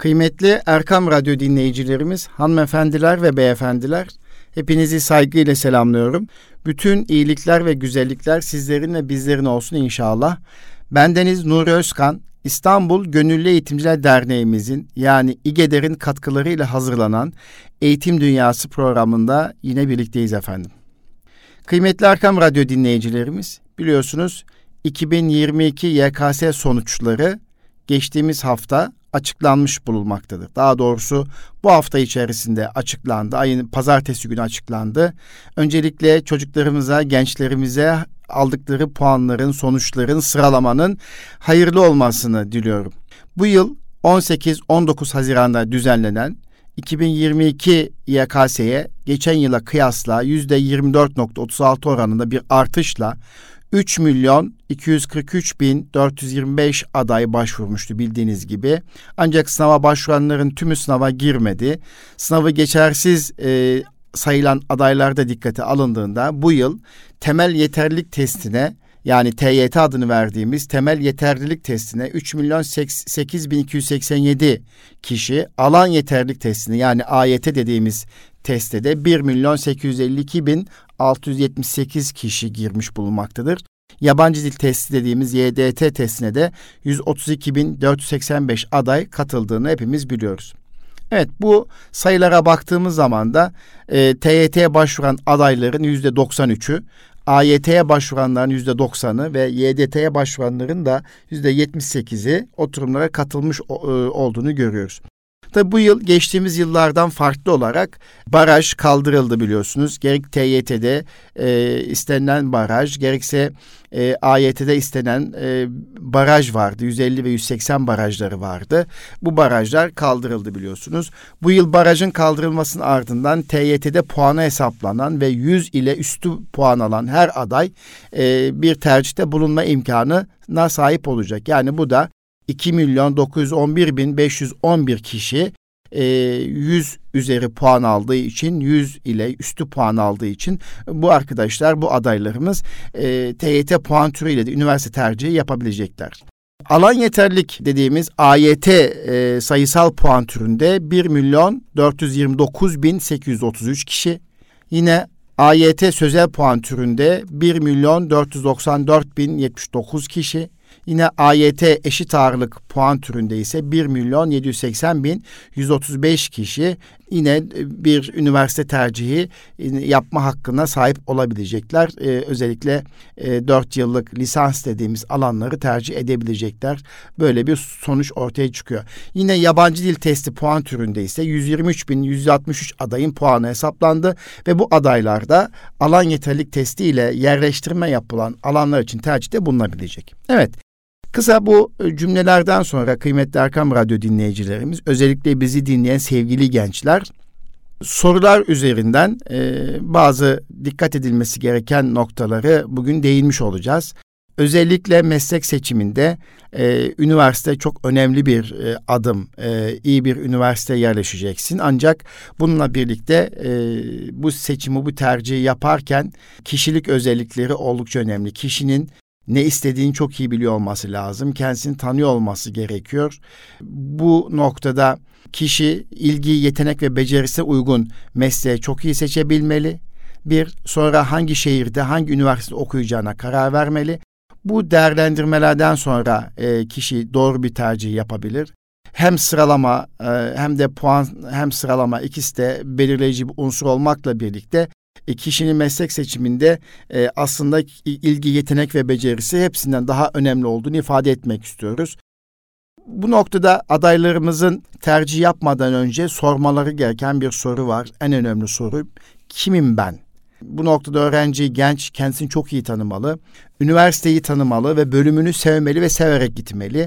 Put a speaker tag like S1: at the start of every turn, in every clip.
S1: Kıymetli Erkam Radyo dinleyicilerimiz, hanımefendiler ve beyefendiler, hepinizi saygıyla selamlıyorum. Bütün iyilikler ve güzellikler sizlerin ve bizlerin olsun inşallah. Bendeniz Nuri Özkan, İstanbul Gönüllü Eğitimciler Derneğimizin yani İGEDER'in katkılarıyla hazırlanan Eğitim Dünyası programında yine birlikteyiz efendim. Kıymetli Erkam Radyo dinleyicilerimiz, biliyorsunuz 2022 YKS sonuçları geçtiğimiz hafta açıklanmış bulunmaktadır. Daha doğrusu bu hafta içerisinde açıklandı. Ayın pazartesi günü açıklandı. Öncelikle çocuklarımıza, gençlerimize aldıkları puanların, sonuçların, sıralamanın hayırlı olmasını diliyorum. Bu yıl 18-19 Haziran'da düzenlenen 2022 YKS'ye geçen yıla kıyasla %24.36 oranında bir artışla 3.243.425 aday başvurmuştu bildiğiniz gibi. Ancak sınava başvuranların tümü sınava girmedi. Sınavı geçersiz sayılan adaylar da dikkate alındığında bu yıl temel yeterlilik testine, yani TYT adını verdiğimiz temel yeterlilik testine 3.008.287 kişi, alan yeterlilik testine yani AYT dediğimiz teste de 1.852.678 kişi girmiş bulunmaktadır. Yabancı dil testi dediğimiz YDT testine de 132.485 aday katıldığını hepimiz biliyoruz. Evet, bu sayılara baktığımız zaman da TYT'ye başvuran adayların %93'ü, AYT'ye başvuranların %90'ı ve YDT'ye başvuranların da %78'i oturumlara katılmış olduğunu görüyoruz. Tabi bu yıl geçtiğimiz yıllardan farklı olarak baraj kaldırıldı biliyorsunuz. Gerek TYT'de istenilen baraj, gerekse AYT'de istenen baraj vardı. 150 ve 180 barajları vardı. Bu barajlar kaldırıldı biliyorsunuz. Bu yıl barajın kaldırılmasının ardından TYT'de puanı hesaplanan ve 100 ile üstü puan alan her aday bir tercihte bulunma imkanına sahip olacak. Yani bu da 2.911.511 kişi 100 üzeri puan aldığı için, 100 ile üstü puan aldığı için bu arkadaşlar, bu adaylarımız TYT puan türüyle de üniversite tercihi yapabilecekler. Alan yeterlilik dediğimiz AYT sayısal puan türünde 1.429.833 kişi, yine AYT sözel puan türünde 1.494.079 kişi, yine AYT eşit ağırlık puan türünde ise 1.780.135 kişi yine bir üniversite tercihi yapma hakkına sahip olabilecekler. Özellikle 4 yıllık lisans dediğimiz alanları tercih edebilecekler. Böyle bir sonuç ortaya çıkıyor. Yine yabancı dil testi puan türünde ise 123.163 adayın puanı hesaplandı ve bu adaylarda alan yeterlilik testi ile yerleştirme yapılan alanlar için tercihte bulunabilecek. Evet. Kısa bu cümlelerden sonra kıymetli Erkam Radyo dinleyicilerimiz, özellikle bizi dinleyen sevgili gençler, sorular üzerinden bazı dikkat edilmesi gereken noktaları bugün değinmiş olacağız. Özellikle meslek seçiminde üniversite çok önemli bir adım. İyi bir üniversiteye yerleşeceksin. Ancak bununla birlikte bu seçimi, bu tercihi yaparken kişilik özellikleri oldukça önemli. Kişinin ne istediğini çok iyi biliyor olması lazım. Kendisini tanıyor olması gerekiyor. Bu noktada kişi ilgi, yetenek ve becerisine uygun mesleği çok iyi seçebilmeli. Sonra hangi şehirde, hangi üniversitede okuyacağına karar vermeli. Bu değerlendirmelerden sonra kişi doğru bir tercih yapabilir. Hem sıralama hem de puan, hem sıralama ikisi de belirleyici bir unsur olmakla birlikte kişinin meslek seçiminde aslında ilgi, yetenek ve becerisi hepsinden daha önemli olduğunu ifade etmek istiyoruz. Bu noktada adaylarımızın tercih yapmadan önce sormaları gereken bir soru var. En önemli soru, kimim ben? Bu noktada öğrenci, genç kendisini çok iyi tanımalı, üniversiteyi tanımalı ve bölümünü sevmeli ve severek gitmeli.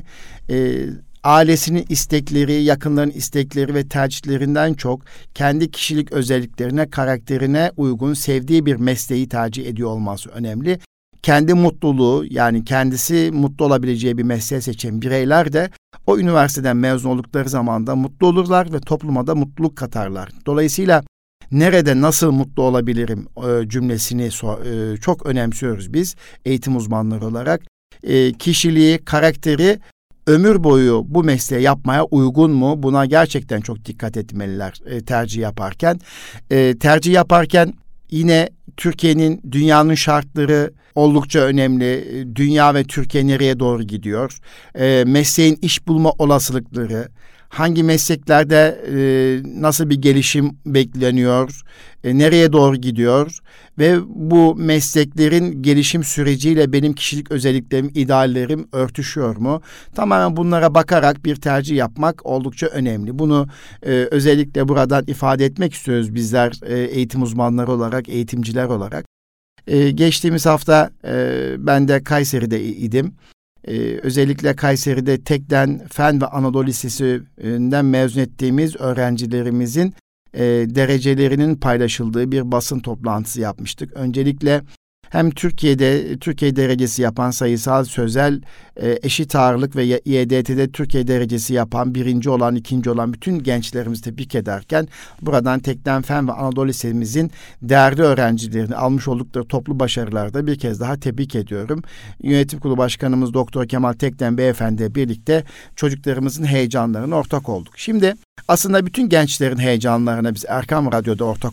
S1: Ailesinin istekleri, yakınların istekleri ve tercihlerinden çok kendi kişilik özelliklerine, karakterine uygun sevdiği bir mesleği tercih ediyor olması önemli. Kendi mutluluğu, yani kendisi mutlu olabileceği bir mesleği seçen bireyler de o üniversiteden mezun oldukları zaman da mutlu olurlar ve topluma da mutluluk katarlar. Dolayısıyla nerede nasıl mutlu olabilirim cümlesini çok önemsiyoruz biz eğitim uzmanları olarak. Kişiliği, karakteri ömür boyu bu mesleği yapmaya uygun mu? Buna gerçekten çok dikkat etmeliler tercih yaparken. Tercih yaparken yine Türkiye'nin, dünyanın şartları oldukça önemli. Dünya ve Türkiye nereye doğru gidiyor? Mesleğin iş bulma olasılıkları, hangi mesleklerde nasıl bir gelişim bekleniyor, nereye doğru gidiyor ve bu mesleklerin gelişim süreciyle benim kişilik özelliklerim, ideallerim örtüşüyor mu? Tamamen bunlara bakarak bir tercih yapmak oldukça önemli. Bunu özellikle buradan ifade etmek istiyoruz bizler eğitim uzmanları olarak, eğitimciler olarak. Geçtiğimiz hafta ben de Kayseri'de idim. Özellikle Kayseri'de TEK'ten Fen ve Anadolu Lisesi'nden mezun ettiğimiz öğrencilerimizin derecelerinin paylaşıldığı bir basın toplantısı yapmıştık. Öncelikle hem Türkiye derecesi yapan sayısal, sözel, eşit ağırlık ve YDT'de Türkiye derecesi yapan, birinci olan, ikinci olan bütün gençlerimizi tebrik ederken buradan TEK'ten Fen ve Anadolu Lisemizin değerli öğrencilerini almış oldukları toplu başarılarda bir kez daha tebrik ediyorum. Yönetim Kurulu Başkanımız Doktor Kemal Tekden Beyefendi'yle birlikte çocuklarımızın heyecanlarına ortak olduk. Şimdi aslında bütün gençlerin heyecanlarına biz Erkam Radyo'da ortak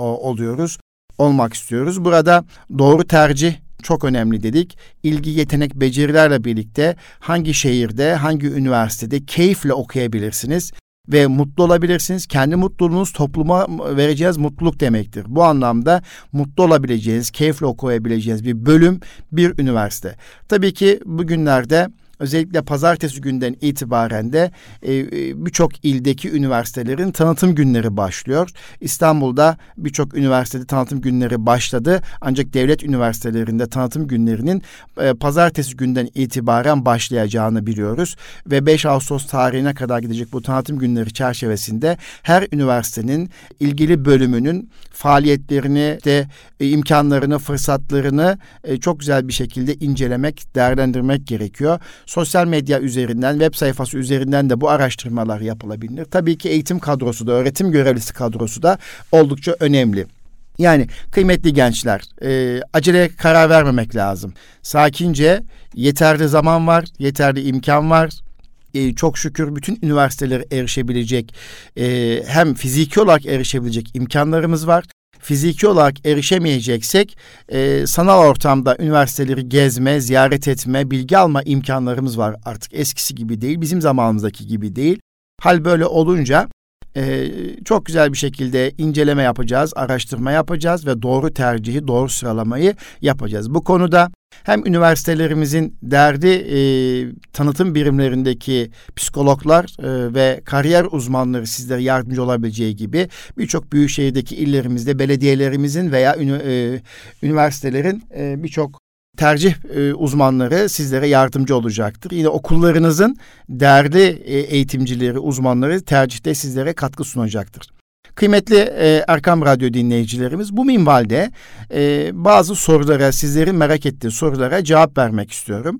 S1: olmak istiyoruz. Burada doğru tercih çok önemli dedik. İlgi, yetenek, becerilerle birlikte hangi şehirde, hangi üniversitede keyifle okuyabilirsiniz ve mutlu olabilirsiniz. Kendi mutluluğunuz topluma vereceğiniz mutluluk demektir. Bu anlamda mutlu olabileceğiniz, keyifle okuyabileceğiniz bir bölüm, bir üniversite. Tabii ki bugünlerde özellikle pazartesi günden itibaren de birçok ildeki üniversitelerin tanıtım günleri başlıyor. İstanbul'da birçok üniversitede tanıtım günleri başladı. Ancak devlet üniversitelerinde tanıtım günlerinin pazartesi günden itibaren başlayacağını biliyoruz. Ve 5 Ağustos tarihine kadar gidecek bu tanıtım günleri çerçevesinde her üniversitenin ilgili bölümünün faaliyetlerini, imkanlarını, fırsatlarını çok güzel bir şekilde incelemek, değerlendirmek gerekiyor. Sosyal medya üzerinden, web sayfası üzerinden de bu araştırmalar yapılabilir. Tabii ki eğitim kadrosu da, öğretim görevlisi kadrosu da oldukça önemli. Yani kıymetli gençler, acele karar vermemek lazım. Sakince, yeterli zaman var, yeterli imkan var. Çok şükür bütün üniversitelere erişebilecek, hem fiziki olarak erişebilecek imkanlarımız var. Fiziki olarak erişemeyeceksek sanal ortamda üniversiteleri gezme, ziyaret etme, bilgi alma imkanlarımız var. Artık eskisi gibi değil, bizim zamanımızdaki gibi değil. Hal böyle olunca çok güzel bir şekilde inceleme yapacağız, araştırma yapacağız ve doğru tercihi, doğru sıralamayı yapacağız. Bu konuda hem üniversitelerimizin değerli tanıtım birimlerindeki psikologlar ve kariyer uzmanları sizlere yardımcı olabileceği gibi birçok büyük şehirdeki illerimizde belediyelerimizin veya üniversitelerin birçok tercih uzmanları sizlere yardımcı olacaktır. Yine okullarınızın değerli eğitimcileri, uzmanları tercihte sizlere katkı sunacaktır. Kıymetli Erkam Radyo dinleyicilerimiz, bu minvalde bazı sorulara, sizlerin merak ettiği sorulara cevap vermek istiyorum.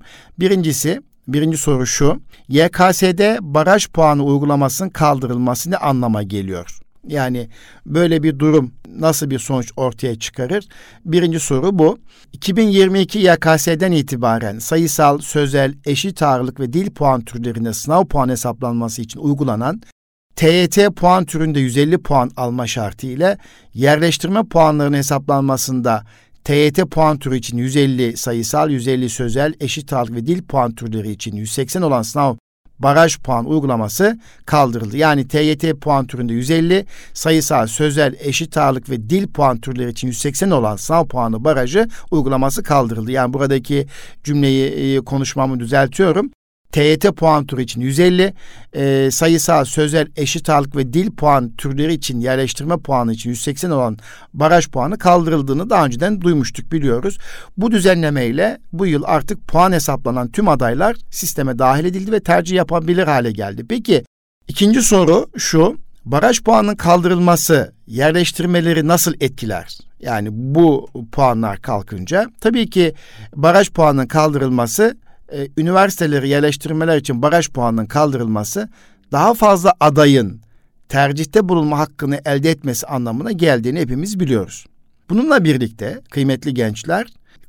S1: Birinci soru şu: YKS'de baraj puanı uygulamasının kaldırılması ne anlama geliyor? Yani böyle bir durum nasıl bir sonuç ortaya çıkarır? Birinci soru bu. 2022 YKS'den itibaren sayısal, sözel, eşit ağırlık ve dil puan türlerinde sınav puan hesaplanması için uygulanan TYT puan türünde 150 puan alma şartı ile yerleştirme puanlarının hesaplanmasında TYT puan türü için 150 sayısal, 150 sözel, eşit ağırlık ve dil puan türleri için 180 olan sınav baraj puan uygulaması kaldırıldı. Yani TYT puan türünde 150, sayısal, sözel, eşit ağırlık ve dil puan türleri için 180 olan sınav puanı barajı uygulaması kaldırıldı. Yani buradaki cümleyi, konuşmamı düzeltiyorum. TYT puan türü için 150, sayısal, sözel, eşit ağırlık ve dil puan türleri için yerleştirme puanı için 180 olan baraj puanı kaldırıldığını daha önceden duymuştuk, biliyoruz. Bu düzenlemeyle bu yıl artık puan hesaplanan tüm adaylar sisteme dahil edildi ve tercih yapabilir hale geldi. Peki ikinci soru şu: baraj puanının kaldırılması yerleştirmeleri nasıl etkiler? Yani bu puanlar kalkınca tabii ki baraj puanının kaldırılması, üniversiteleri yerleştirmeler için baraj puanının kaldırılması daha fazla adayın tercihte bulunma hakkını elde etmesi anlamına geldiğini hepimiz biliyoruz. Bununla birlikte kıymetli gençler,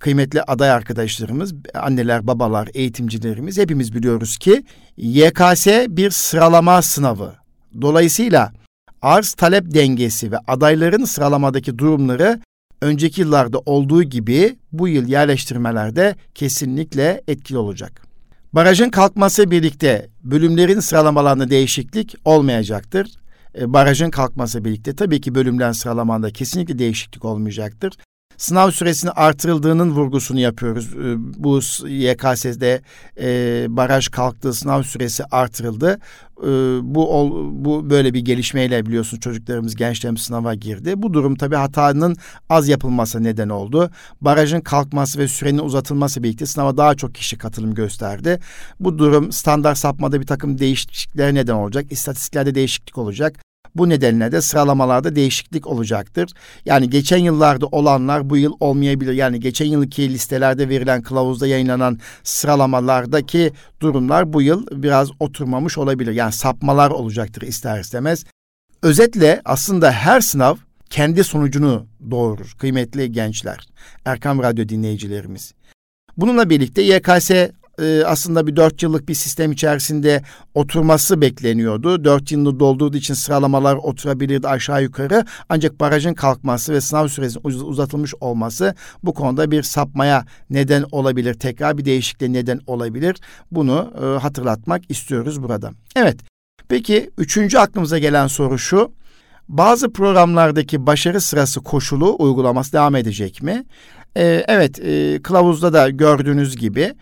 S1: kıymetli aday arkadaşlarımız, anneler, babalar, eğitimcilerimiz hepimiz biliyoruz ki YKS bir sıralama sınavı. Dolayısıyla arz talep dengesi ve adayların sıralamadaki durumları önceki yıllarda olduğu gibi bu yıl yerleştirmelerde kesinlikle etkili olacak. Barajın kalkması birlikte bölümlerin sıralamalarında değişiklik olmayacaktır. Barajın kalkması birlikte tabii ki bölümlerin sıralamasında kesinlikle değişiklik olmayacaktır. Sınav süresinin artırıldığının vurgusunu yapıyoruz. Bu YKS'de baraj kalktığı, sınav süresi artırıldı. Bu böyle bir gelişmeyle biliyorsunuz çocuklarımız, gençlerimiz sınava girdi. Bu durum tabii hatanın az yapılması neden oldu. Barajın kalkması ve sürenin uzatılması birlikte sınava daha çok kişi katılım gösterdi. Bu durum standart sapmada bir takım değişikliklere neden olacak. İstatistiklerde değişiklik olacak. Bu nedenle de sıralamalarda değişiklik olacaktır. Yani geçen yıllarda olanlar bu yıl olmayabilir. Yani geçen yılki listelerde verilen, kılavuzda yayınlanan sıralamalardaki durumlar bu yıl biraz oturmamış olabilir. Yani sapmalar olacaktır ister istemez. Özetle aslında her sınav kendi sonucunu doğurur kıymetli gençler, Erkam Radyo dinleyicilerimiz. Bununla birlikte YKS aslında bir 4 yıllık bir sistem içerisinde oturması bekleniyordu. 4 yılını doldurduğu için sıralamalar oturabilirdi aşağı yukarı. Ancak barajın kalkması ve sınav süresinin uzatılmış olması bu konuda bir sapmaya neden olabilir. Tekrar bir değişikliğe neden olabilir. Bunu hatırlatmak istiyoruz burada. Evet. Peki 3. aklımıza gelen soru şu. Bazı programlardaki başarı sırası koşulu uygulaması devam edecek mi? Evet, kılavuzda da gördüğünüz gibi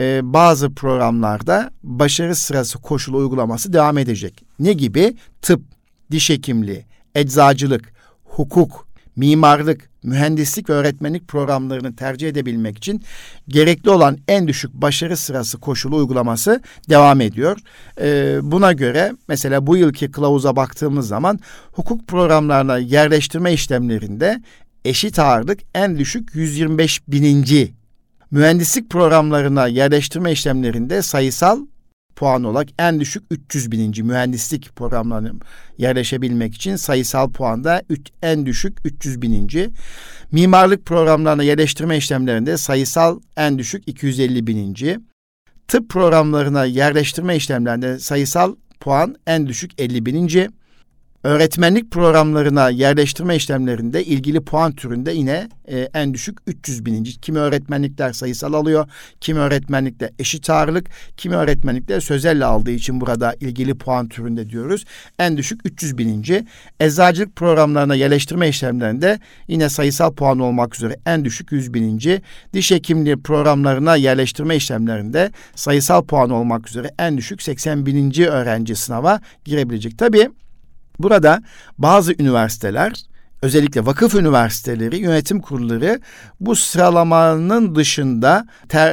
S1: bazı programlarda başarı sırası koşulu uygulaması devam edecek. Ne gibi? Tıp, diş hekimliği, eczacılık, hukuk, mimarlık, mühendislik ve öğretmenlik programlarını tercih edebilmek için gerekli olan en düşük başarı sırası koşulu uygulaması devam ediyor. Buna göre mesela bu yılki kılavuza baktığımız zaman hukuk programlarına yerleştirme işlemlerinde eşit ağırlık en düşük 125.000. Mühendislik programlarına yerleştirme işlemlerinde sayısal puan olarak en düşük 300.000. Mühendislik programlarına yerleşebilmek için sayısal puanda en düşük 300.000. Mimarlık programlarına yerleştirme işlemlerinde sayısal en düşük 250.000. Tıp programlarına yerleştirme işlemlerinde sayısal puan en düşük 50.000. Öğretmenlik programlarına yerleştirme işlemlerinde ilgili puan türünde yine en düşük 300.000. Kimi öğretmenlikler sayısal alıyor, kimi öğretmenlikler eşit ağırlık, kimi öğretmenlikler sözelle aldığı için burada ilgili puan türünde diyoruz. En düşük 300.000. Eczacılık programlarına yerleştirme işlemlerinde yine sayısal puan olmak üzere en düşük 100.000. Diş hekimliği programlarına yerleştirme işlemlerinde sayısal puan olmak üzere en düşük 80.000. öğrenci sınava girebilecek. Tabii burada bazı üniversiteler, özellikle vakıf üniversiteleri, yönetim kurulları bu sıralamanın dışında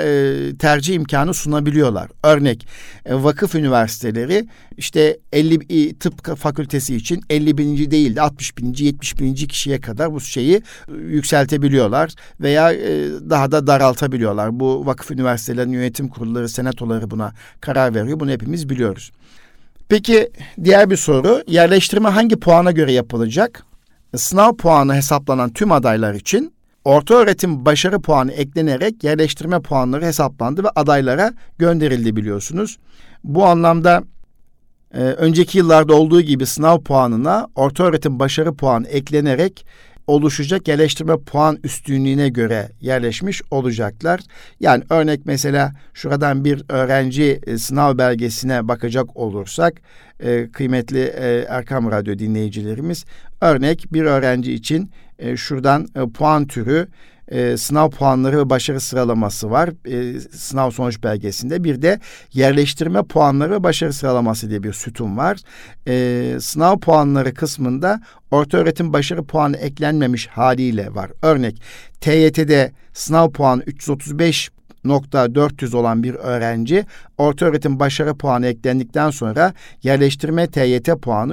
S1: tercih imkanı sunabiliyorlar. Örnek vakıf üniversiteleri işte 50 tıp fakültesi için 50.000. değil de 60.000. 70.000. kişiye kadar bu şeyi yükseltebiliyorlar veya daha da daraltabiliyorlar. Bu vakıf üniversitelerinin yönetim kurulları, senatoları buna karar veriyor. Bunu hepimiz biliyoruz. Peki diğer bir soru, yerleştirme hangi puana göre yapılacak? Sınav puanı hesaplanan tüm adaylar için ortaöğretim başarı puanı eklenerek yerleştirme puanları hesaplandı ve adaylara gönderildi biliyorsunuz. Bu anlamda önceki yıllarda olduğu gibi sınav puanına ortaöğretim başarı puanı eklenerek oluşacak yerleştirme puan üstünlüğüne göre yerleşmiş olacaklar. Yani örnek mesela şuradan bir öğrenci sınav belgesine bakacak olursak kıymetli Erkam Radyo dinleyicilerimiz, örnek bir öğrenci için şuradan puan türü, sınav puanları ve başarı sıralaması var sınav sonuç belgesinde. Bir de yerleştirme puanları ve başarı sıralaması diye bir sütun var. Sınav puanları kısmında ortaöğretim başarı puanı eklenmemiş haliyle var. Örnek TYT'de sınav puanı 335.400 olan bir öğrenci ortaöğretim başarı puanı eklendikten sonra yerleştirme TYT puanı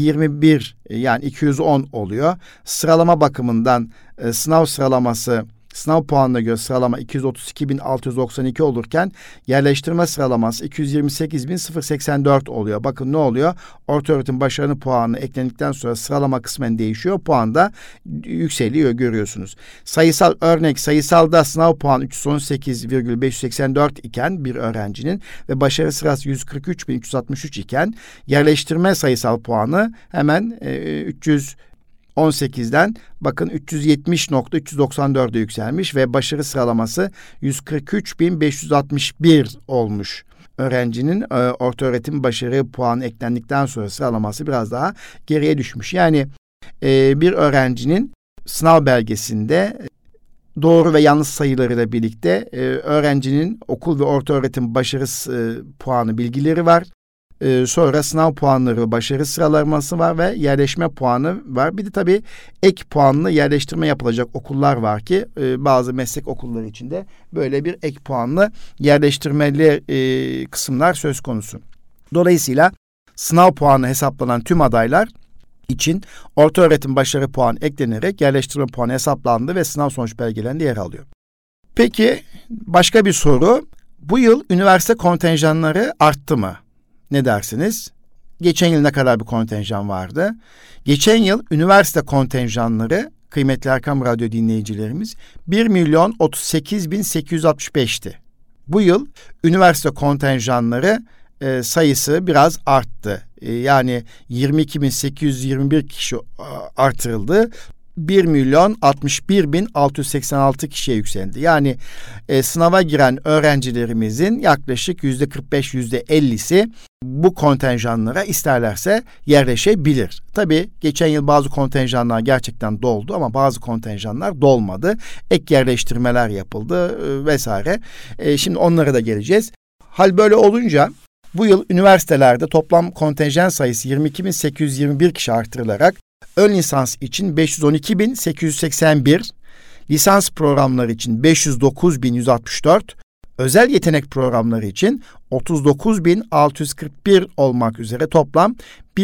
S1: 387.21 yani 210 oluyor. Sıralama bakımından sınav sıralaması sınav puanına göre sıralama 232.692 olurken yerleştirme sıralaması 228.084 oluyor. Bakın ne oluyor? Ortaöğretim başarı puanı eklendikten sonra sıralama kısmen değişiyor. Puan da yükseliyor, görüyorsunuz. Sayısal örnek, sayısalda sınav puanı 318,584 iken bir öğrencinin ve başarı sırası 143.363 iken yerleştirme sayısal puanı hemen 318'den bakın 370.394'e yükselmiş ve başarı sıralaması 143.561 olmuş. Öğrencinin ortaöğretim başarı puanı eklendikten sonra sıralaması biraz daha geriye düşmüş. Yani bir öğrencinin sınav belgesinde doğru ve yanlış sayılarıyla birlikte öğrencinin okul ve ortaöğretim başarı puanı bilgileri var. Sonra sınav puanları, başarı sıralaması var ve yerleşme puanı var. Bir de tabii ek puanlı yerleştirme yapılacak okullar var ki bazı meslek okulları içinde böyle bir ek puanlı yerleştirmeli kısımlar söz konusu. Dolayısıyla sınav puanı hesaplanan tüm adaylar için ortaöğretim başarı puanı eklenerek yerleştirme puanı hesaplandı ve sınav sonuç belgelerinde yer alıyor. Peki başka bir soru. Bu yıl üniversite kontenjanları arttı mı? Ne dersiniz? Geçen yıl ne kadar bir kontenjan vardı? Geçen yıl üniversite kontenjanları, kıymetli Erkam Radyo dinleyicilerimiz, 1.038.865'ti. Bu yıl üniversite kontenjanları sayısı biraz arttı. Yani 22.821 kişi artırıldı. 1.061.686 kişiye yükseldi. Yani sınava giren öğrencilerimizin yaklaşık %45-%50'si bu kontenjanlara isterlerse yerleşebilir. Tabii geçen yıl bazı kontenjanlar gerçekten doldu ama bazı kontenjanlar dolmadı. Ek yerleştirmeler yapıldı vesaire. Şimdi onlara da geleceğiz. Hal böyle olunca bu yıl üniversitelerde toplam kontenjan sayısı 22.821 kişi artırılarak ön lisans için 512.881, lisans programları için 509.164, özel yetenek programları için 39.641 olmak üzere toplam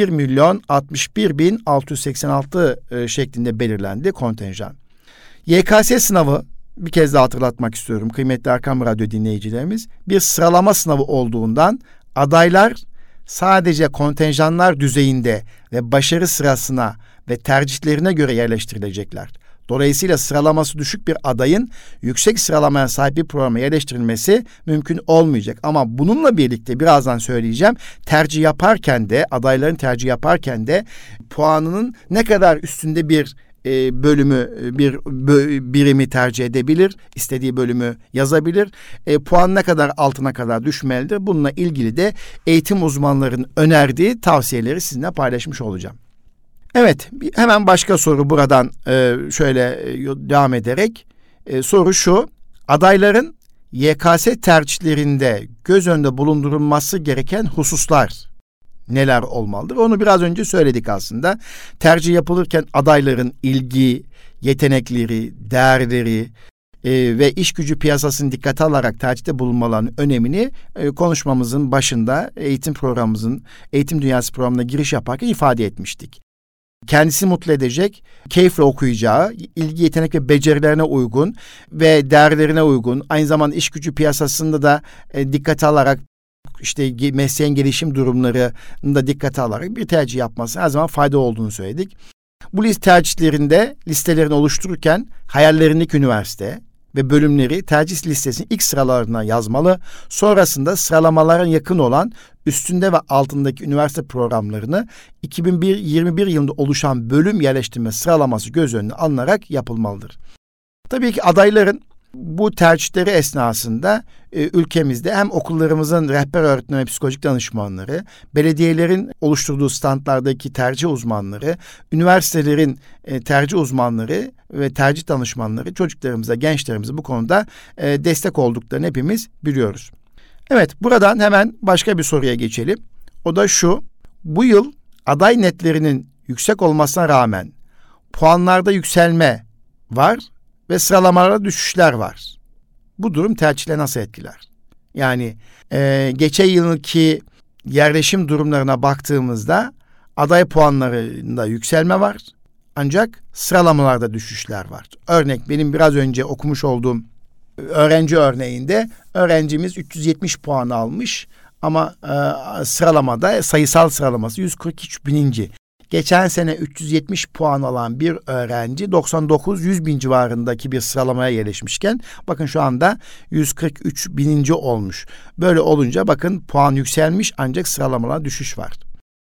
S1: 1.061.686 şeklinde belirlendi kontenjan. YKS sınavı, bir kez daha hatırlatmak istiyorum kıymetli Erkam Radyo dinleyicilerimiz, bir sıralama sınavı olduğundan adaylar sadece kontenjanlar düzeyinde ve başarı sırasına ve tercihlerine göre yerleştirilecekler. Dolayısıyla sıralaması düşük bir adayın yüksek sıralamaya sahip bir programa yerleştirilmesi mümkün olmayacak. Ama bununla birlikte birazdan söyleyeceğim, tercih yaparken de, adayların tercih yaparken de puanının ne kadar üstünde bir bölümü, bir birimi tercih edebilir, istediği bölümü yazabilir. Puan ne kadar altına kadar düşmelidir? Bununla ilgili de eğitim uzmanlarının önerdiği tavsiyeleri sizinle paylaşmış olacağım. Evet, hemen başka soru buradan şöyle devam ederek. Soru şu: adayların YKS tercihlerinde göz önünde bulundurulması gereken hususlar neler olmalıdır? Onu biraz önce söyledik aslında. Tercih yapılırken adayların ilgi, yetenekleri, değerleri ve iş gücü piyasasını dikkate alarak tercihte bulunmalarının önemini konuşmamızın başında eğitim dünyası programına giriş yaparken ifade etmiştik. Kendisi mutlu edecek, keyifle okuyacağı, ilgi, yetenek ve becerilerine uygun ve değerlerine uygun, aynı zamanda iş gücü piyasasında da dikkate alarak, işte mesleğin gelişim durumlarını da dikkate alarak bir tercih yapması her zaman fayda olduğunu söyledik. Bu tercihlerinde listelerini oluştururken hayallerindeki üniversite ve bölümleri tercih listesinin ilk sıralarına yazmalı. Sonrasında sıralamaların yakın olan üstünde ve altındaki üniversite programlarını 2021 yılında oluşan bölüm yerleştirme sıralaması göz önüne alınarak yapılmalıdır. Tabii ki adayların bu tercihleri esnasında ülkemizde hem okullarımızın rehber öğretmen ve psikolojik danışmanları, belediyelerin oluşturduğu standlardaki tercih uzmanları, üniversitelerin tercih uzmanları ve tercih danışmanları çocuklarımıza, gençlerimize bu konuda destek olduklarını hepimiz biliyoruz. Evet, buradan hemen başka bir soruya geçelim. O da şu: bu yıl aday netlerinin yüksek olmasına rağmen puanlarda yükselme var ve sıralamalarda düşüşler var. Bu durum tercihleri nasıl etkiler? Yani geçen yılki yerleşim durumlarına baktığımızda aday puanlarında yükselme var ancak sıralamalarda düşüşler var. Örnek benim biraz önce okumuş olduğum öğrenci örneğinde öğrencimiz 370 puan almış ama sıralamada sayısal sıralaması 143 bininci. Geçen sene 370 puan alan bir öğrenci 99-100 bin civarındaki bir sıralamaya yerleşmişken bakın şu anda 143 bininci olmuş. Böyle olunca bakın puan yükselmiş ancak sıralamalara düşüş var.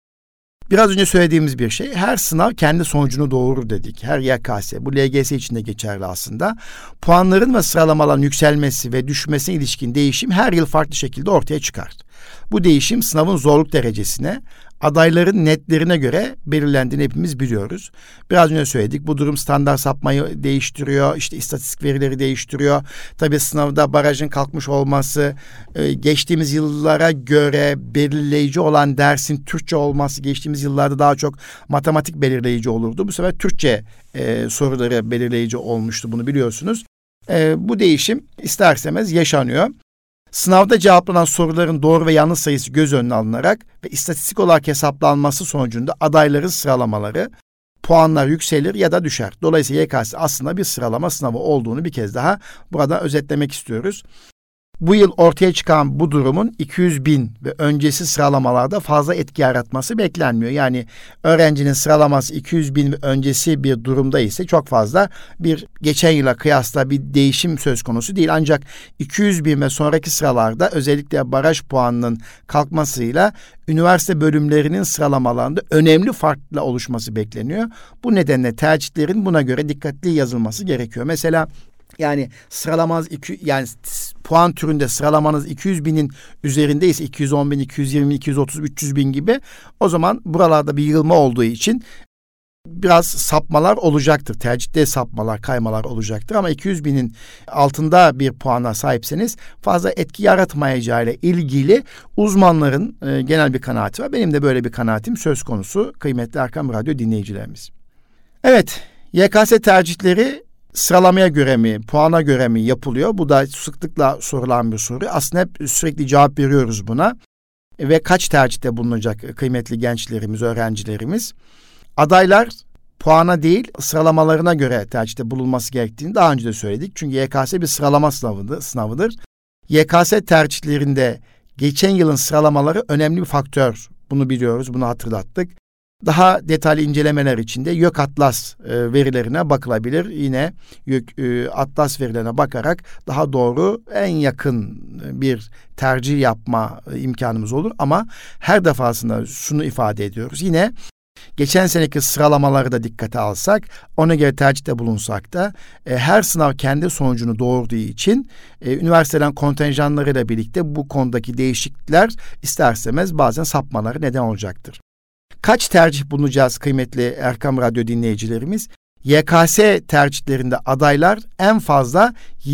S1: Biraz önce söylediğimiz bir şey, her sınav kendi sonucunu doğurur dedik. Her YKS, bu LGS için de geçerli aslında. Puanların ve sıralamaların yükselmesi ve düşmesine ilişkin değişim her yıl farklı şekilde ortaya çıkar. Bu değişim sınavın zorluk derecesine, adayların netlerine göre belirlendiğini hepimiz biliyoruz. Biraz önce söyledik, bu durum standart sapmayı değiştiriyor, işte istatistik verileri değiştiriyor. Tabii sınavda barajın kalkmış olması, geçtiğimiz yıllara göre belirleyici olan dersin Türkçe olması, geçtiğimiz yıllarda daha çok matematik belirleyici olurdu. Bu sefer Türkçe soruları belirleyici olmuştu, bunu biliyorsunuz. Bu değişim ister istemez yaşanıyor. Sınavda cevaplanan soruların doğru ve yanlış sayısı göz önüne alınarak ve istatistik olarak hesaplanması sonucunda adayların sıralamaları, puanlar yükselir ya da düşer. Dolayısıyla YKS aslında bir sıralama sınavı olduğunu bir kez daha burada özetlemek istiyoruz. Bu yıl ortaya çıkan bu durumun 200 bin ve öncesi sıralamalarda fazla etki yaratması beklenmiyor. Yani öğrencinin sıralaması 200 bin ve öncesi bir durumda ise çok fazla bir geçen yıla kıyasla bir değişim söz konusu değil. Ancak 200 bin ve sonraki sıralarda özellikle baraj puanının kalkmasıyla üniversite bölümlerinin sıralamalarında önemli farkla oluşması bekleniyor. Bu nedenle tercihlerin buna göre dikkatli yazılması gerekiyor. Mesela yani sıralamanız yani puan türünde sıralamanız 200 binin üzerindeyse 210 bin, 220 bin, 230, 300 bin gibi, o zaman buralarda bir yığılma olduğu için biraz sapmalar olacaktır. Tercihte sapmalar, kaymalar olacaktır ama 200 binin altında bir puana sahipseniz fazla etki yaratmayacağıyla ilgili uzmanların genel bir kanaati var. Benim de böyle bir kanaatim söz konusu kıymetli Erkam Radyo dinleyicilerimiz. Evet, YKS tercihleri sıralamaya göre mi, puana göre mi yapılıyor? Bu da sıklıkla sorulan bir soru. Aslında hep sürekli cevap veriyoruz buna. Ve kaç tercihte bulunacak kıymetli gençlerimiz, öğrencilerimiz? Adaylar puana değil, sıralamalarına göre tercihte bulunması gerektiğini daha önce de söyledik. Çünkü YKS bir sıralama sınavıdır. YKS tercihlerinde geçen yılın sıralamaları önemli bir faktör. Bunu biliyoruz, bunu hatırlattık. Daha detaylı incelemeler için de YÖK Atlas verilerine bakılabilir. Yine YÖK Atlas verilerine bakarak daha doğru, en yakın bir tercih yapma imkanımız olur. Ama her defasında şunu ifade ediyoruz. Yine geçen seneki sıralamaları da dikkate alsak, ona göre tercihte bulunsak da her sınav kendi sonucunu doğurduğu için üniversitelerin kontenjanlarıyla birlikte bu konudaki değişiklikler ister istemez bazen sapmaları neden olacaktır. Kaç tercih bulunacağız kıymetli Erkam Radyo dinleyicilerimiz? YKS tercihlerinde adaylar en fazla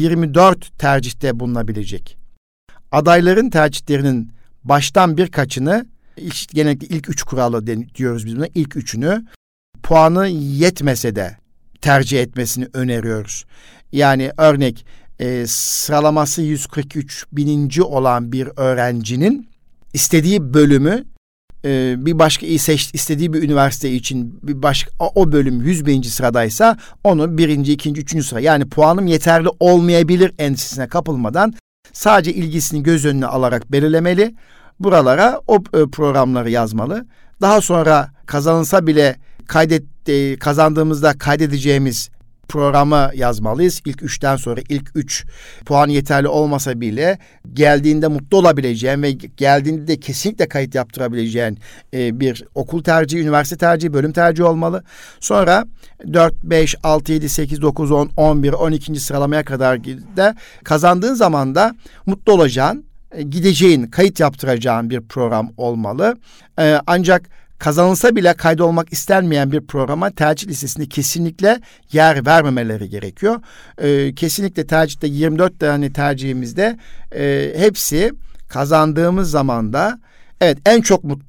S1: 24 tercihte bulunabilecek. Adayların tercihlerinin baştan birkaçını, genellikle ilk 3 kuralı diyoruz biz buna, ilk 3'ünü puanı yetmese de tercih etmesini öneriyoruz. Yani örnek sıralaması 143 bininci olan bir öğrencinin istediği bölümü bir başka istediği bir üniversite için o bölüm 100 bininci sıradaysa onu birinci, ikinci, üçüncü sıra, yani puanım yeterli olmayabilir endişesine kapılmadan sadece ilgisini göz önüne alarak belirlemeli. Buralara o programları yazmalı. Daha sonra kazanılsa bile kazandığımızda kaydedeceğimiz programı yazmalıyız. İlk 3'ten sonra ilk 3 puan yeterli olmasa bile geldiğinde mutlu olabileceğin ve geldiğinde de kesinlikle kayıt yaptırabileceğin bir okul tercihi, üniversite tercihi, bölüm tercihi olmalı. Sonra 4, 5, 6, 7, 8, 9, 10, 11, 12. sıralamaya kadar de kazandığın zaman da mutlu olacağın, gideceğin, kayıt yaptıracağın bir program olmalı. Ancak kazanılsa bile kaydolmak istenmeyen bir programa tercih listesinde kesinlikle yer vermemeleri gerekiyor. Kesinlikle tercihte 24 tane tercihimizde hepsi kazandığımız zaman da evet en çok mutlu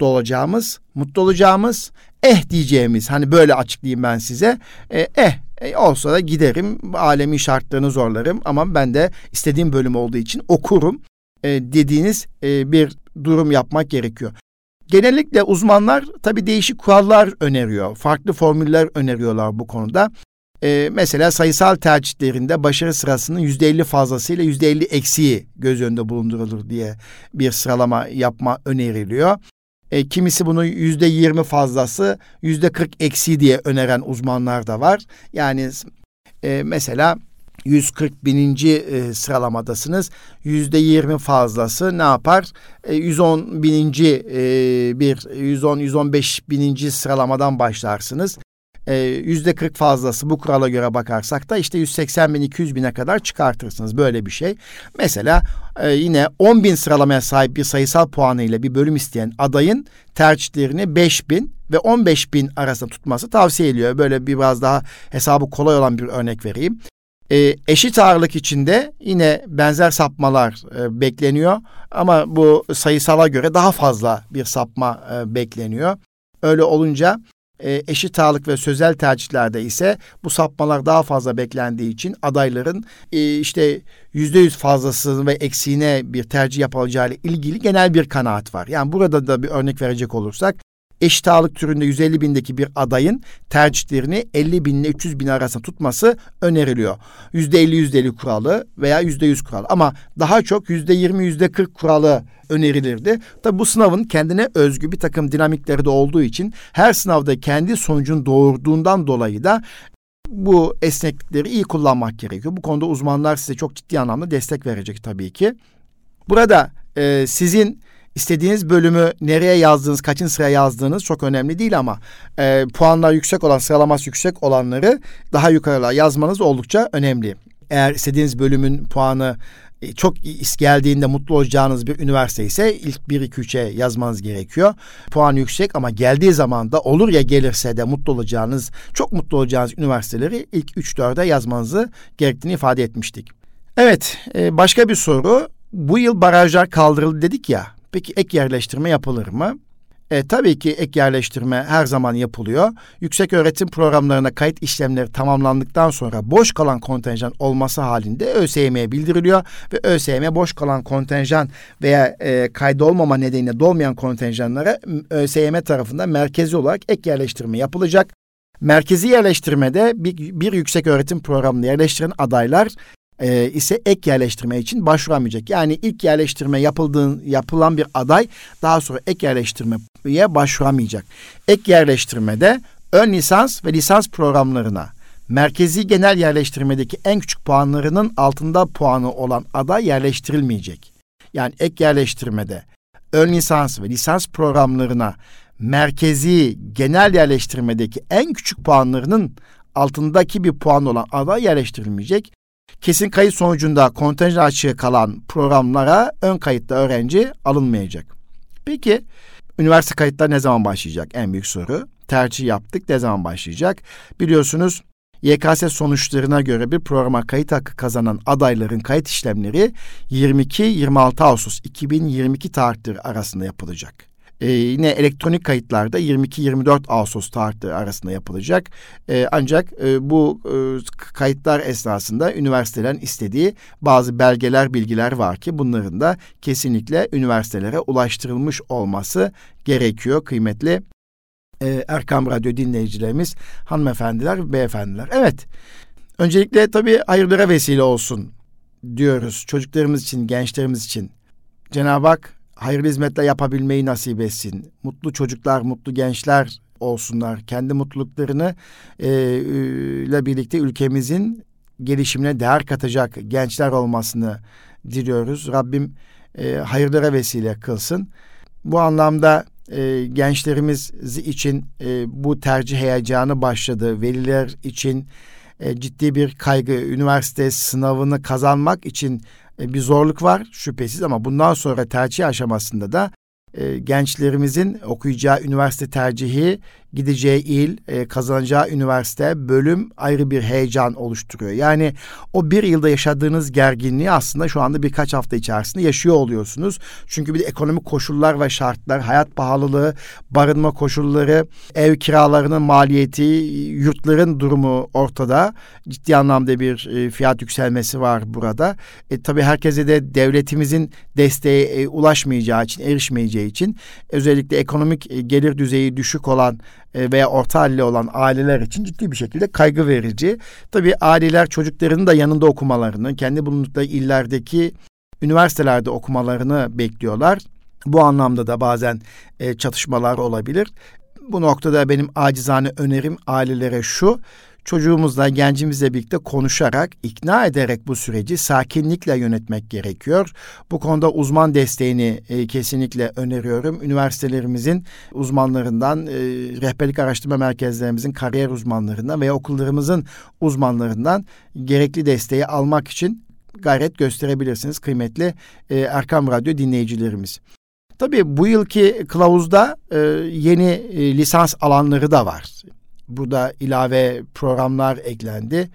S1: olacağımız, diyeceğimiz, hani böyle açıklayayım ben size. Olsa da giderim, alemin şartlarını zorlarım ama ben de istediğim bölüm olduğu için okurum dediğiniz bir durum yapmak gerekiyor. Genellikle uzmanlar tabii değişik kurallar öneriyor. Farklı formüller öneriyorlar bu konuda. Mesela sayısal tercihlerinde başarı sırasının %50 fazlasıyla %50 eksiği göz önünde bulundurulur diye bir sıralama yapma öneriliyor. Kimisi bunu %20 fazlası, %40 eksiği diye öneren uzmanlar da var. Yani mesela 140.000. Sıralamadasınız. %20 fazlası ne yapar? 115.000. Sıralamadan başlarsınız. %40 fazlası bu kurala göre bakarsak da işte 180.000, 200.000'e kadar çıkartırsınız. Böyle bir şey. Mesela yine 10.000 sıralamaya sahip bir sayısal puanıyla bir bölüm isteyen adayın tercihlerini 5.000 ve 15.000 arasında tutması tavsiye ediliyor. Böyle biraz daha hesabı kolay olan bir örnek vereyim. Eşit ağırlık içinde yine benzer sapmalar bekleniyor. Ama bu sayısala göre daha fazla bir sapma bekleniyor. Öyle olunca eşit ağırlık ve sözel tercihlerde ise bu sapmalar daha fazla beklendiği için adayların işte %100 fazlası ve eksiğine bir tercih yapacağı ile ilgili genel bir kanaat var. Yani burada da bir örnek verecek olursak, eşit ağırlık türünde 150.000'deki bir adayın tercihlerini 50.000 ile 300.000 arasında tutması öneriliyor. %50 kuralı veya %100 kuralı, ama daha çok %20 %40 kuralı önerilirdi. Tabi bu sınavın kendine özgü bir takım dinamikleri de olduğu için her sınavda kendi sonucun doğurduğundan dolayı da bu esneklikleri iyi kullanmak gerekiyor. Bu konuda uzmanlar size çok ciddi anlamda destek verecek tabii ki. Burada sizin İstediğiniz bölümü nereye yazdığınız, kaçıncı sıraya yazdığınız çok önemli değil, ama puanlar yüksek olan, sıralaması yüksek olanları daha yukarıya yazmanız oldukça önemli. Eğer istediğiniz bölümün puanı çok geldiğinde mutlu olacağınız bir üniversite ise ilk 1-2-3'e yazmanız gerekiyor. Puan yüksek ama geldiği zaman da olur ya gelirse de mutlu olacağınız, çok mutlu olacağınız üniversiteleri ilk 3-4'e yazmanızı gerektiğini ifade etmiştik. Evet, başka bir soru. Bu yıl barajlar kaldırıldı dedik ya. Peki ek yerleştirme yapılır mı? Tabii ki ek yerleştirme her zaman yapılıyor. Yüksek öğretim programlarına kayıt işlemleri tamamlandıktan sonra boş kalan kontenjan olması halinde ÖSYM'ye bildiriliyor ve ÖSYM boş kalan kontenjan veya kaydolmama nedeniyle dolmayan kontenjanlara ÖSYM tarafından merkezi olarak ek yerleştirme yapılacak. Merkezi yerleştirmede bir yüksek öğretim programına yerleştiren adaylar ise ek yerleştirme için başvuramayacak. Yani ilk yerleştirme yapılan bir aday daha sonra ek yerleştirmeye başvuramayacak. Ek yerleştirmede ön lisans ve lisans programlarına merkezi genel yerleştirmedeki en küçük puanlarının altında puanı olan aday yerleştirilmeyecek. Yani ek yerleştirmede ön lisans ve lisans programlarına merkezi genel yerleştirmedeki en küçük puanlarının altındaki bir puan olan aday yerleştirilmeyecek. Kesin kayıt sonucunda kontenjan açığı kalan programlara ön kayıtlı öğrenci alınmayacak. Peki üniversite kayıtları ne zaman başlayacak? En büyük soru. Tercih yaptık, ne zaman başlayacak? Biliyorsunuz YKS sonuçlarına göre bir programa kayıt hakkı kazanan adayların kayıt işlemleri 22-26 Ağustos 2022 tarihleri arasında yapılacak. Yine elektronik kayıtlarda 22-24 Ağustos tarihleri arasında yapılacak. Ancak bu kayıtlar esnasında üniversitelerin istediği bazı belgeler, bilgiler var ki bunların da kesinlikle üniversitelere ulaştırılmış olması gerekiyor kıymetli Erkam Radyo dinleyicilerimiz, hanımefendiler ve beyefendiler. Evet, öncelikle tabii hayırlara vesile olsun diyoruz. Çocuklarımız için, gençlerimiz için Cenab-ı Hak hayırlı hizmetler yapabilmeyi nasip etsin. Mutlu çocuklar, mutlu gençler olsunlar. Kendi mutluluklarını ile birlikte ülkemizin gelişimine değer katacak gençler olmasını diliyoruz. Rabbim hayırlara vesile kılsın. Bu anlamda gençlerimiz için bu tercih heyecanı başladı. Veliler için ciddi bir kaygı, üniversite sınavını kazanmak için bir zorluk var şüphesiz, ama bundan sonra tercih aşamasında da gençlerimizin okuyacağı üniversite tercihi gideceği il, kazanacağı üniversite, bölüm ayrı bir heyecan oluşturuyor. Yani o bir yılda yaşadığınız gerginliği aslında şu anda birkaç hafta içerisinde yaşıyor oluyorsunuz. Çünkü bir de ekonomik koşullar ve şartlar, hayat pahalılığı, barınma koşulları, ev kiralarının maliyeti, yurtların durumu ortada. Ciddi anlamda bir fiyat yükselmesi var burada. Tabii herkese de devletimizin desteği ulaşmayacağı için, erişmeyeceği için özellikle ekonomik gelir düzeyi düşük olan veya orta halli olan aileler için ciddi bir şekilde kaygı verici. Tabii aileler çocuklarının da yanında okumalarını, kendi bulundukları illerdeki üniversitelerde okumalarını bekliyorlar. Bu anlamda da bazen çatışmalar olabilir. Bu noktada benim acizane önerim ailelere şu: çocuğumuzla, gencimizle birlikte konuşarak, ikna ederek bu süreci sakinlikle yönetmek gerekiyor. Bu konuda uzman desteğini kesinlikle öneriyorum. Üniversitelerimizin uzmanlarından, rehberlik araştırma merkezlerimizin kariyer uzmanlarından veya okullarımızın uzmanlarından gerekli desteği almak için gayret gösterebilirsiniz kıymetli Erkam Radyo dinleyicilerimiz. Tabii bu yılki kılavuzda yeni lisans alanları da var. Burada ilave programlar eklendi.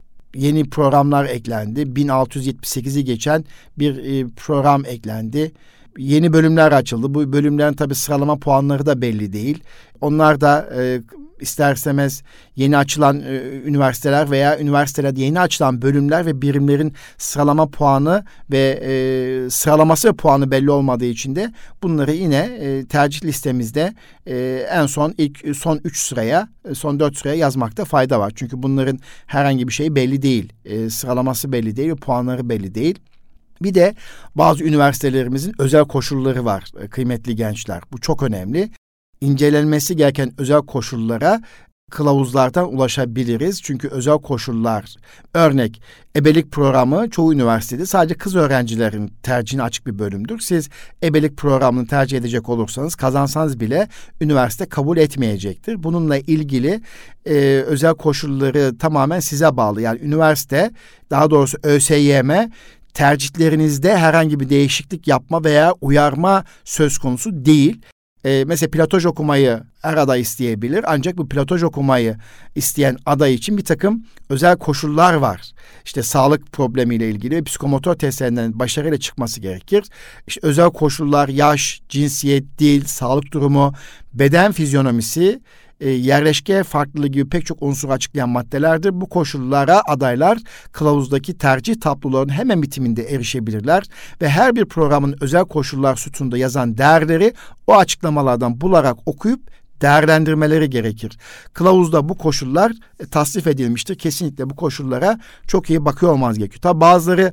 S1: Yeni programlar eklendi. 1678'i geçen bir program eklendi. Yeni bölümler açıldı. Bu bölümlerin tabii sıralama puanları da belli değil. Onlar da ister istemez yeni açılan üniversiteler veya üniversitelerde yeni açılan bölümler ve birimlerin sıralama puanı ve sıralaması ve puanı belli olmadığı için de bunları yine tercih listemizde en son son 3 sıraya, son 4 sıraya yazmakta fayda var. Çünkü bunların herhangi bir şeyi belli değil. Sıralaması belli değil, puanları belli değil. Bir de bazı üniversitelerimizin özel koşulları var kıymetli gençler. Bu çok önemli. İncelenmesi gereken özel koşullara kılavuzlardan ulaşabiliriz. Çünkü özel koşullar, örnek ebelik programı çoğu üniversitede sadece kız öğrencilerin tercihine açık bir bölümdür. Siz ebelik programını tercih edecek olursanız kazansanız bile üniversite kabul etmeyecektir. Bununla ilgili özel koşulları tamamen size bağlı. Yani üniversite, daha doğrusu ÖSYM tercihlerinizde herhangi bir değişiklik yapma veya uyarma söz konusu değil. Mesela pilotaj okumayı her aday isteyebilir. Ancak bu pilotaj okumayı isteyen aday için bir takım özel koşullar var. İşte sağlık problemiyle ilgili psikomotor testlerinden başarıyla çıkması gerekir. İşte özel koşullar, yaş, cinsiyet, dil, sağlık durumu, beden fizyonomisi, yerleşke farklılığı gibi pek çok unsur açıklayan maddelerdir. Bu koşullara adaylar kılavuzdaki tercih tablolarının hemen bitiminde erişebilirler ve her bir programın özel koşullar sütununda yazan değerleri o açıklamalardan bularak okuyup değerlendirmeleri gerekir. Kılavuzda bu koşullar tasnif edilmiştir. Kesinlikle bu koşullara çok iyi bakıyor olmanız gerekiyor. Tabi bazıları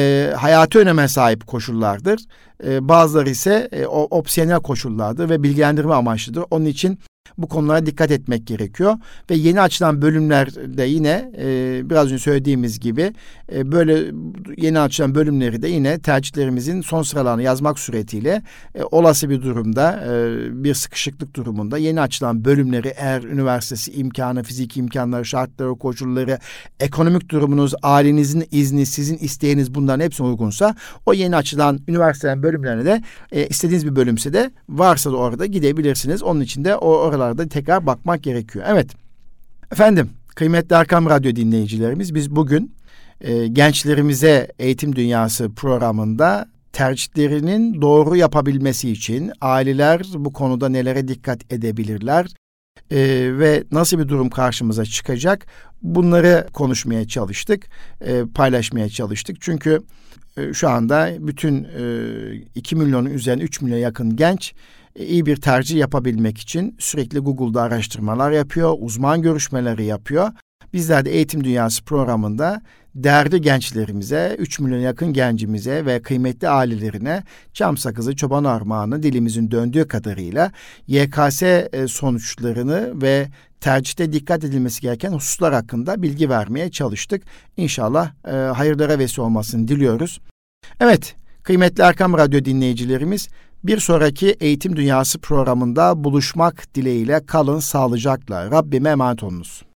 S1: hayati öneme sahip koşullardır. Bazıları ise opsiyonel koşullardır ve bilgilendirme amaçlıdır. Onun için bu konulara dikkat etmek gerekiyor. Ve yeni açılan bölümlerde yine biraz önce söylediğimiz gibi böyle yeni açılan bölümleri de yine tercihlerimizin son sıralarını yazmak suretiyle olası bir durumda, bir sıkışıklık durumunda yeni açılan bölümleri, eğer üniversitesi imkanı, fiziki imkanları, şartları, koşulları, ekonomik durumunuz, ailenizin izni, sizin isteğiniz bunların hepsine uygunsa o yeni açılan üniversitelerin bölümlerine de istediğiniz bir bölümse de varsa da orada gidebilirsiniz. Onun için de oralarda tekrar bakmak gerekiyor. Evet. Efendim, kıymetli Erkam Radyo dinleyicilerimiz, biz bugün gençlerimize Eğitim Dünyası programında tercihlerinin doğru yapabilmesi için aileler bu konuda nelere dikkat edebilirler ve nasıl bir durum karşımıza çıkacak, bunları konuşmaya çalıştık, paylaşmaya çalıştık. Çünkü şu anda bütün 2 milyonun üzerine 3 milyon yakın genç iyi bir tercih yapabilmek için sürekli Google'da araştırmalar yapıyor, uzman görüşmeleri yapıyor. Bizler de Eğitim Dünyası programında değerli gençlerimize, 3 milyon yakın gencimize ve kıymetli ailelerine çam sakızı, çoban armağanı dilimizin döndüğü kadarıyla YKS sonuçlarını ve tercihte dikkat edilmesi gereken hususlar hakkında bilgi vermeye çalıştık. İnşallah hayırlara vesile olmasını diliyoruz. Evet, kıymetli Erkam Radyo dinleyicilerimiz, bir sonraki Eğitim Dünyası programında buluşmak dileğiyle kalın sağlıcakla. Rabbime emanet olunuz.